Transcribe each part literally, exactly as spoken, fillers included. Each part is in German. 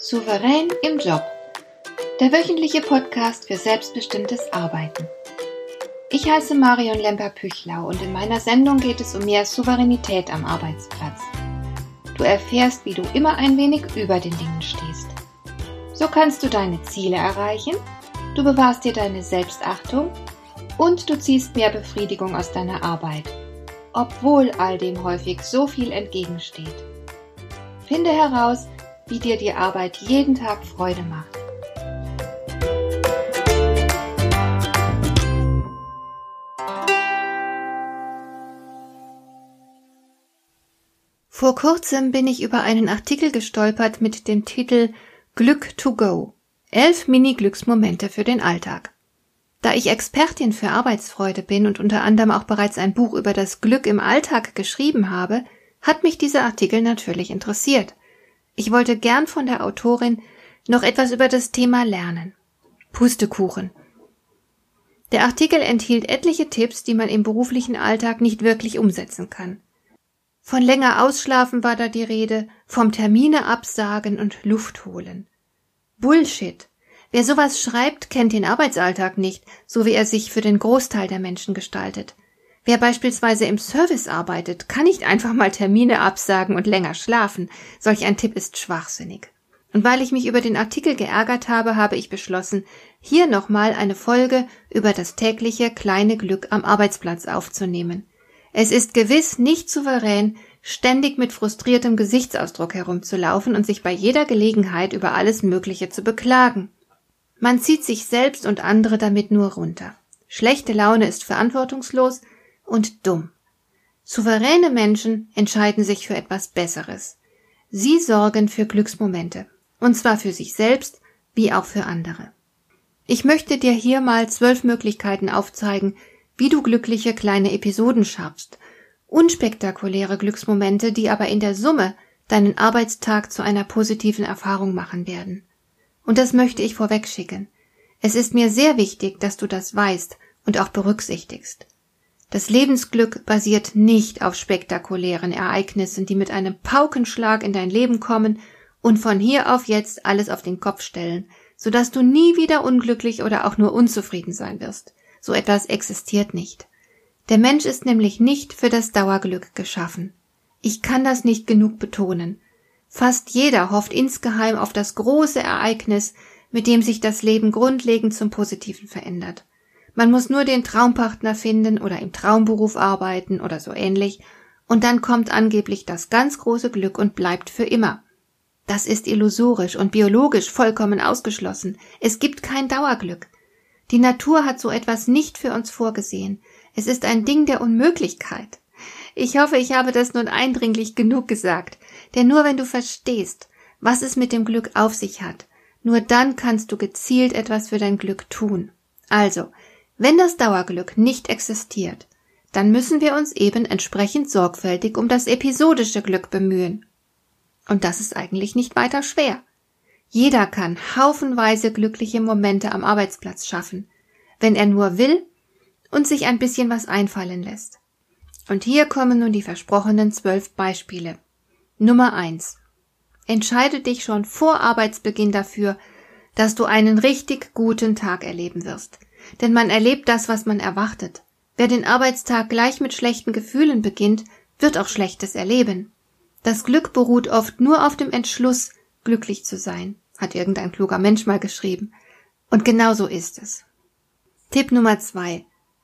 Souverän im Job. Der wöchentliche Podcast für selbstbestimmtes Arbeiten. Ich heiße Marion Lemper-Püchlau und in meiner Sendung geht es um mehr Souveränität am Arbeitsplatz. Du erfährst, wie du immer ein wenig über den Dingen stehst. So kannst du deine Ziele erreichen, du bewahrst dir deine Selbstachtung und du ziehst mehr Befriedigung aus deiner Arbeit, obwohl all dem häufig so viel entgegensteht. Finde heraus, wie dir die Arbeit jeden Tag Freude macht. Vor kurzem bin ich über einen Artikel gestolpert mit dem Titel Glück to go. Elf Mini-Glücksmomente für den Alltag. Da ich Expertin für Arbeitsfreude bin und unter anderem auch bereits ein Buch über das Glück im Alltag geschrieben habe, hat mich dieser Artikel natürlich interessiert. Ich wollte gern von der Autorin noch etwas über das Thema lernen. Pustekuchen. Der Artikel enthielt etliche Tipps, die man im beruflichen Alltag nicht wirklich umsetzen kann. Von länger ausschlafen war da die Rede, vom Termine absagen und Luft holen. Bullshit. Wer sowas schreibt, kennt den Arbeitsalltag nicht, so wie er sich für den Großteil der Menschen gestaltet. Wer beispielsweise im Service arbeitet, kann nicht einfach mal Termine absagen und länger schlafen. Solch ein Tipp ist schwachsinnig. Und weil ich mich über den Artikel geärgert habe, habe ich beschlossen, hier nochmal eine Folge über das tägliche kleine Glück am Arbeitsplatz aufzunehmen. Es ist gewiss nicht souverän, ständig mit frustriertem Gesichtsausdruck herumzulaufen und sich bei jeder Gelegenheit über alles Mögliche zu beklagen. Man zieht sich selbst und andere damit nur runter. Schlechte Laune ist verantwortungslos und dumm. Souveräne Menschen entscheiden sich für etwas Besseres. Sie sorgen für Glücksmomente, und zwar für sich selbst wie auch für andere. Ich möchte dir hier mal zwölf Möglichkeiten aufzeigen, wie du glückliche kleine Episoden schaffst, unspektakuläre Glücksmomente, die aber in der Summe deinen Arbeitstag zu einer positiven Erfahrung machen werden. Und das möchte ich vorwegschicken. Es ist mir sehr wichtig, dass du das weißt und auch berücksichtigst. Das Lebensglück basiert nicht auf spektakulären Ereignissen, die mit einem Paukenschlag in dein Leben kommen und von hier auf jetzt alles auf den Kopf stellen, sodass du nie wieder unglücklich oder auch nur unzufrieden sein wirst. So etwas existiert nicht. Der Mensch ist nämlich nicht für das Dauerglück geschaffen. Ich kann das nicht genug betonen. Fast jeder hofft insgeheim auf das große Ereignis, mit dem sich das Leben grundlegend zum Positiven verändert. Man muss nur den Traumpartner finden oder im Traumberuf arbeiten oder so ähnlich, und dann kommt angeblich das ganz große Glück und bleibt für immer. Das ist illusorisch und biologisch vollkommen ausgeschlossen. Es gibt kein Dauerglück. Die Natur hat so etwas nicht für uns vorgesehen. Es ist ein Ding der Unmöglichkeit. Ich hoffe, ich habe das nun eindringlich genug gesagt, denn nur wenn du verstehst, was es mit dem Glück auf sich hat, nur dann kannst du gezielt etwas für dein Glück tun. Also, wenn das Dauerglück nicht existiert, dann müssen wir uns eben entsprechend sorgfältig um das episodische Glück bemühen. Und das ist eigentlich nicht weiter schwer. Jeder kann haufenweise glückliche Momente am Arbeitsplatz schaffen, wenn er nur will und sich ein bisschen was einfallen lässt. Und hier kommen nun die versprochenen zwölf Beispiele. Nummer eins. Entscheide dich schon vor Arbeitsbeginn dafür, dass du einen richtig guten Tag erleben wirst. Denn man erlebt das, was man erwartet. Wer den Arbeitstag gleich mit schlechten Gefühlen beginnt, wird auch Schlechtes erleben. Das Glück beruht oft nur auf dem Entschluss, glücklich zu sein, hat irgendein kluger Mensch mal geschrieben. Und genau so ist es. Tipp Nummer zwei.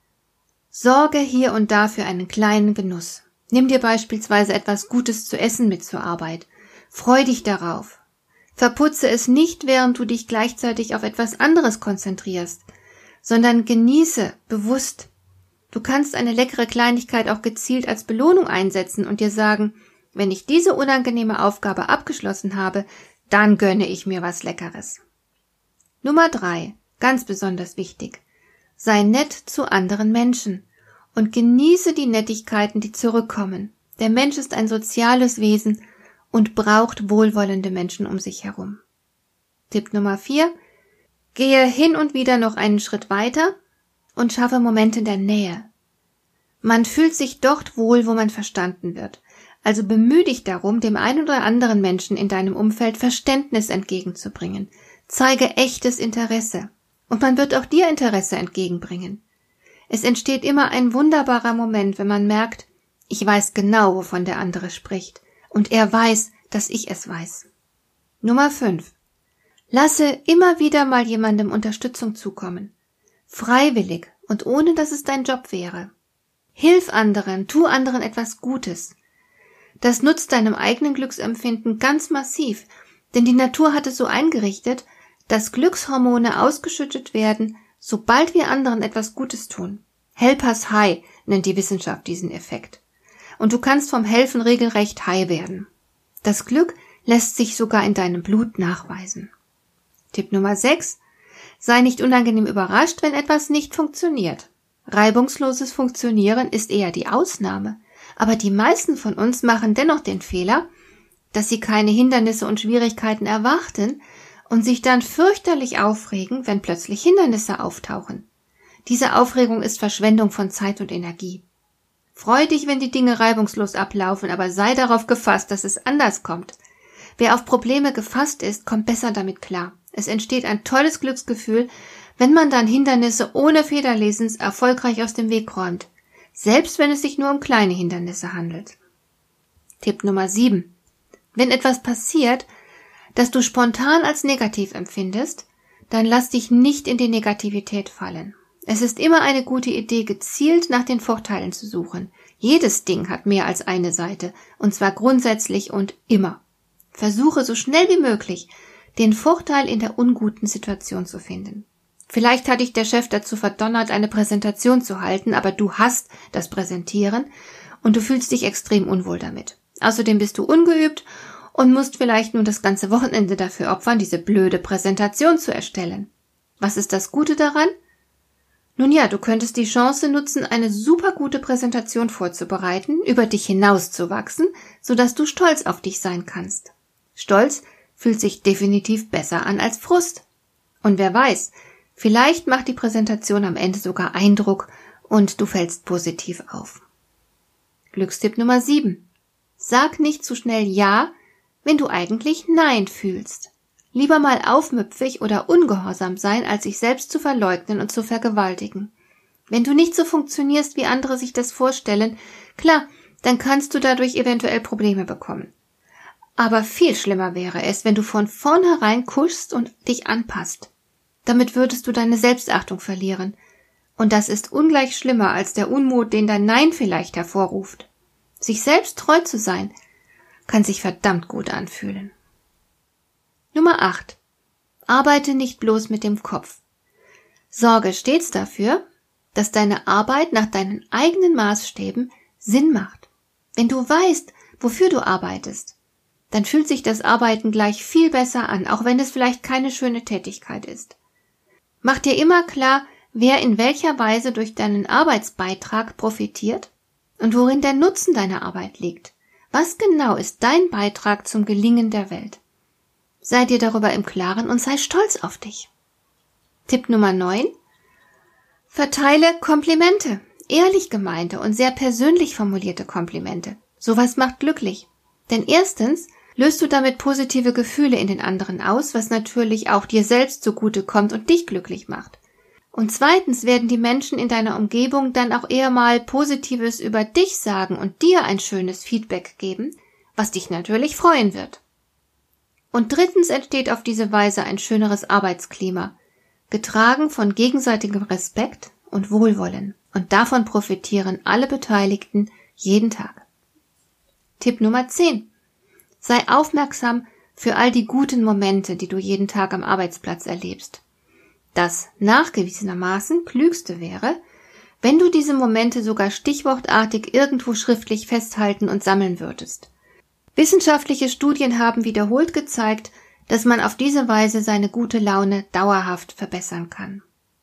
Sorge hier und da für einen kleinen Genuss. Nimm dir beispielsweise etwas Gutes zu essen mit zur Arbeit. Freu dich darauf. Verputze es nicht, während du dich gleichzeitig auf etwas anderes konzentrierst, sondern genieße bewusst. Du kannst eine leckere Kleinigkeit auch gezielt als Belohnung einsetzen und dir sagen, wenn ich diese unangenehme Aufgabe abgeschlossen habe, dann gönne ich mir was Leckeres. Nummer drei, ganz besonders wichtig. Sei nett zu anderen Menschen und genieße die Nettigkeiten, die zurückkommen. Der Mensch ist ein soziales Wesen und braucht wohlwollende Menschen um sich herum. Tipp Nummer vier. Gehe hin und wieder noch einen Schritt weiter und schaffe Momente der Nähe. Man fühlt sich dort wohl, wo man verstanden wird. Also bemühe dich darum, dem einen oder anderen Menschen in deinem Umfeld Verständnis entgegenzubringen. Zeige echtes Interesse. Und man wird auch dir Interesse entgegenbringen. Es entsteht immer ein wunderbarer Moment, wenn man merkt, ich weiß genau, wovon der andere spricht. Und er weiß, dass ich es weiß. Nummer fünf. Lasse immer wieder mal jemandem Unterstützung zukommen. Freiwillig und ohne, dass es dein Job wäre. Hilf anderen, tu anderen etwas Gutes. Das nutzt deinem eigenen Glücksempfinden ganz massiv, denn die Natur hat es so eingerichtet, dass Glückshormone ausgeschüttet werden, sobald wir anderen etwas Gutes tun. Helpers High nennt die Wissenschaft diesen Effekt. Und du kannst vom Helfen regelrecht high werden. Das Glück lässt sich sogar in deinem Blut nachweisen. Tipp Nummer sechs. Sei nicht unangenehm überrascht, wenn etwas nicht funktioniert. Reibungsloses Funktionieren ist eher die Ausnahme. Aber die meisten von uns machen dennoch den Fehler, dass sie keine Hindernisse und Schwierigkeiten erwarten und sich dann fürchterlich aufregen, wenn plötzlich Hindernisse auftauchen. Diese Aufregung ist Verschwendung von Zeit und Energie. Freu dich, wenn die Dinge reibungslos ablaufen, aber sei darauf gefasst, dass es anders kommt. Wer auf Probleme gefasst ist, kommt besser damit klar. Es entsteht ein tolles Glücksgefühl, wenn man dann Hindernisse ohne Federlesens erfolgreich aus dem Weg räumt, selbst wenn es sich nur um kleine Hindernisse handelt. Tipp Nummer sieben. Wenn etwas passiert, das du spontan als negativ empfindest, dann lass dich nicht in die Negativität fallen. Es ist immer eine gute Idee, gezielt nach den Vorteilen zu suchen. Jedes Ding hat mehr als eine Seite, und zwar grundsätzlich und immer. Versuche so schnell wie möglich, den Vorteil in der unguten Situation zu finden. Vielleicht hat dich der Chef dazu verdonnert, eine Präsentation zu halten, aber du hasst das Präsentieren und du fühlst dich extrem unwohl damit. Außerdem bist du ungeübt und musst vielleicht nun das ganze Wochenende dafür opfern, diese blöde Präsentation zu erstellen. Was ist das Gute daran? Nun ja, du könntest die Chance nutzen, eine super gute Präsentation vorzubereiten, über dich hinauszuwachsen, sodass du stolz auf dich sein kannst. Stolz fühlt sich definitiv besser an als Frust. Und wer weiß, vielleicht macht die Präsentation am Ende sogar Eindruck und du fällst positiv auf. Glückstipp Nummer sieben. Sag nicht zu schnell Ja, wenn du eigentlich Nein fühlst. Lieber mal aufmüpfig oder ungehorsam sein, als sich selbst zu verleugnen und zu vergewaltigen. Wenn du nicht so funktionierst, wie andere sich das vorstellen, klar, dann kannst du dadurch eventuell Probleme bekommen. Aber viel schlimmer wäre es, wenn du von vornherein kuschst und dich anpasst. Damit würdest du deine Selbstachtung verlieren. Und das ist ungleich schlimmer als der Unmut, den dein Nein vielleicht hervorruft. Sich selbst treu zu sein, kann sich verdammt gut anfühlen. Nummer acht. Arbeite nicht bloß mit dem Kopf. Sorge stets dafür, dass deine Arbeit nach deinen eigenen Maßstäben Sinn macht. Wenn du weißt, wofür du arbeitest, dann fühlt sich das Arbeiten gleich viel besser an, auch wenn es vielleicht keine schöne Tätigkeit ist. Mach dir immer klar, wer in welcher Weise durch deinen Arbeitsbeitrag profitiert und worin der Nutzen deiner Arbeit liegt. Was genau ist dein Beitrag zum Gelingen der Welt? Sei dir darüber im Klaren und sei stolz auf dich. Tipp Nummer neun. Verteile Komplimente, ehrlich gemeinte und sehr persönlich formulierte Komplimente. Sowas macht glücklich. Denn erstens löst du damit positive Gefühle in den anderen aus, was natürlich auch dir selbst zugutekommt und dich glücklich macht. Und zweitens werden die Menschen in deiner Umgebung dann auch eher mal Positives über dich sagen und dir ein schönes Feedback geben, was dich natürlich freuen wird. Und drittens entsteht auf diese Weise ein schöneres Arbeitsklima, getragen von gegenseitigem Respekt und Wohlwollen. Und davon profitieren alle Beteiligten jeden Tag. Tipp Nummer zehn. Sei aufmerksam für all die guten Momente, die du jeden Tag am Arbeitsplatz erlebst. Das nachgewiesenermaßen Klügste wäre, wenn du diese Momente sogar stichwortartig irgendwo schriftlich festhalten und sammeln würdest. Wissenschaftliche Studien haben wiederholt gezeigt, dass man auf diese Weise seine gute Laune dauerhaft verbessern kann.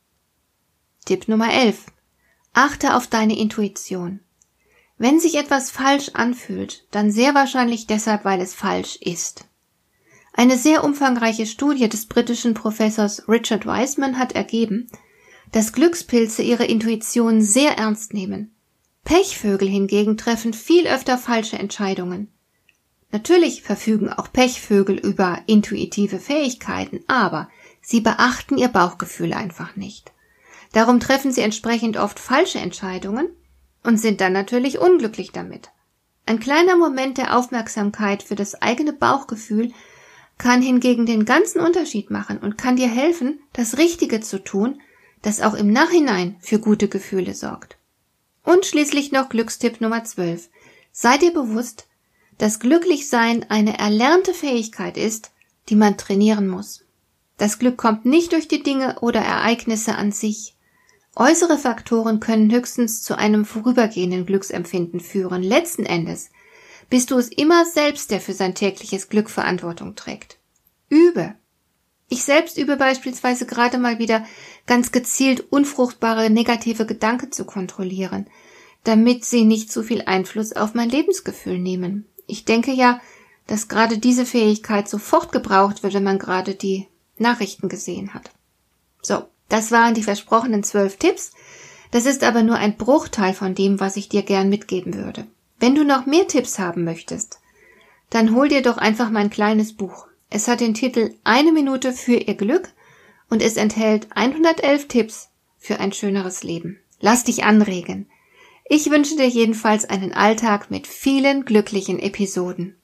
Tipp Nummer elf. Achte auf deine Intuition. Wenn sich etwas falsch anfühlt, dann sehr wahrscheinlich deshalb, weil es falsch ist. Eine sehr umfangreiche Studie des britischen Professors Richard Wiseman hat ergeben, dass Glückspilze ihre Intuition sehr ernst nehmen. Pechvögel hingegen treffen viel öfter falsche Entscheidungen. Natürlich verfügen auch Pechvögel über intuitive Fähigkeiten, aber sie beachten ihr Bauchgefühl einfach nicht. Darum treffen sie entsprechend oft falsche Entscheidungen und sind dann natürlich unglücklich damit. Ein kleiner Moment der Aufmerksamkeit für das eigene Bauchgefühl kann hingegen den ganzen Unterschied machen und kann dir helfen, das Richtige zu tun, das auch im Nachhinein für gute Gefühle sorgt. Und schließlich noch Glückstipp Nummer zwölf. Sei dir bewusst, dass Glücklichsein eine erlernte Fähigkeit ist, die man trainieren muss. Das Glück kommt nicht durch die Dinge oder Ereignisse an sich. Äußere Faktoren können höchstens zu einem vorübergehenden Glücksempfinden führen. Letzten Endes bist du es immer selbst, der für sein tägliches Glück Verantwortung trägt. Übe. Ich selbst übe beispielsweise gerade mal wieder ganz gezielt unfruchtbare negative Gedanken zu kontrollieren, damit sie nicht so viel Einfluss auf mein Lebensgefühl nehmen. Ich denke ja, dass gerade diese Fähigkeit sofort gebraucht wird, wenn man gerade die Nachrichten gesehen hat. So, das waren die versprochenen zwölf Tipps. Das ist aber nur ein Bruchteil von dem, was ich dir gern mitgeben würde. Wenn du noch mehr Tipps haben möchtest, dann hol dir doch einfach mein kleines Buch. Es hat den Titel Eine Minute für Ihr Glück und es enthält hundertelf Tipps für ein schöneres Leben. Lass dich anregen. Ich wünsche dir jedenfalls einen Alltag mit vielen glücklichen Episoden.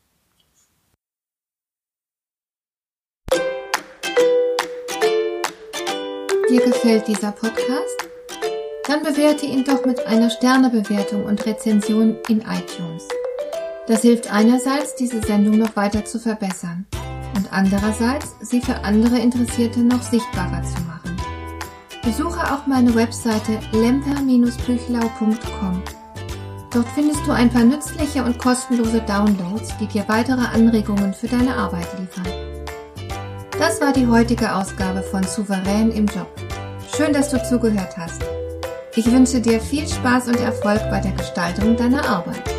Dir gefällt dieser Podcast? Dann bewerte ihn doch mit einer Sternebewertung und Rezension in iTunes. Das hilft einerseits, diese Sendung noch weiter zu verbessern und andererseits, sie für andere Interessierte noch sichtbarer zu machen. Besuche auch meine Webseite lemper Bindestrich büchlau Punkt com. Dort findest du ein paar nützliche und kostenlose Downloads, die dir weitere Anregungen für deine Arbeit liefern. Das war die heutige Ausgabe von Souverän im Job. Schön, dass du zugehört hast. Ich wünsche dir viel Spaß und Erfolg bei der Gestaltung deiner Arbeit.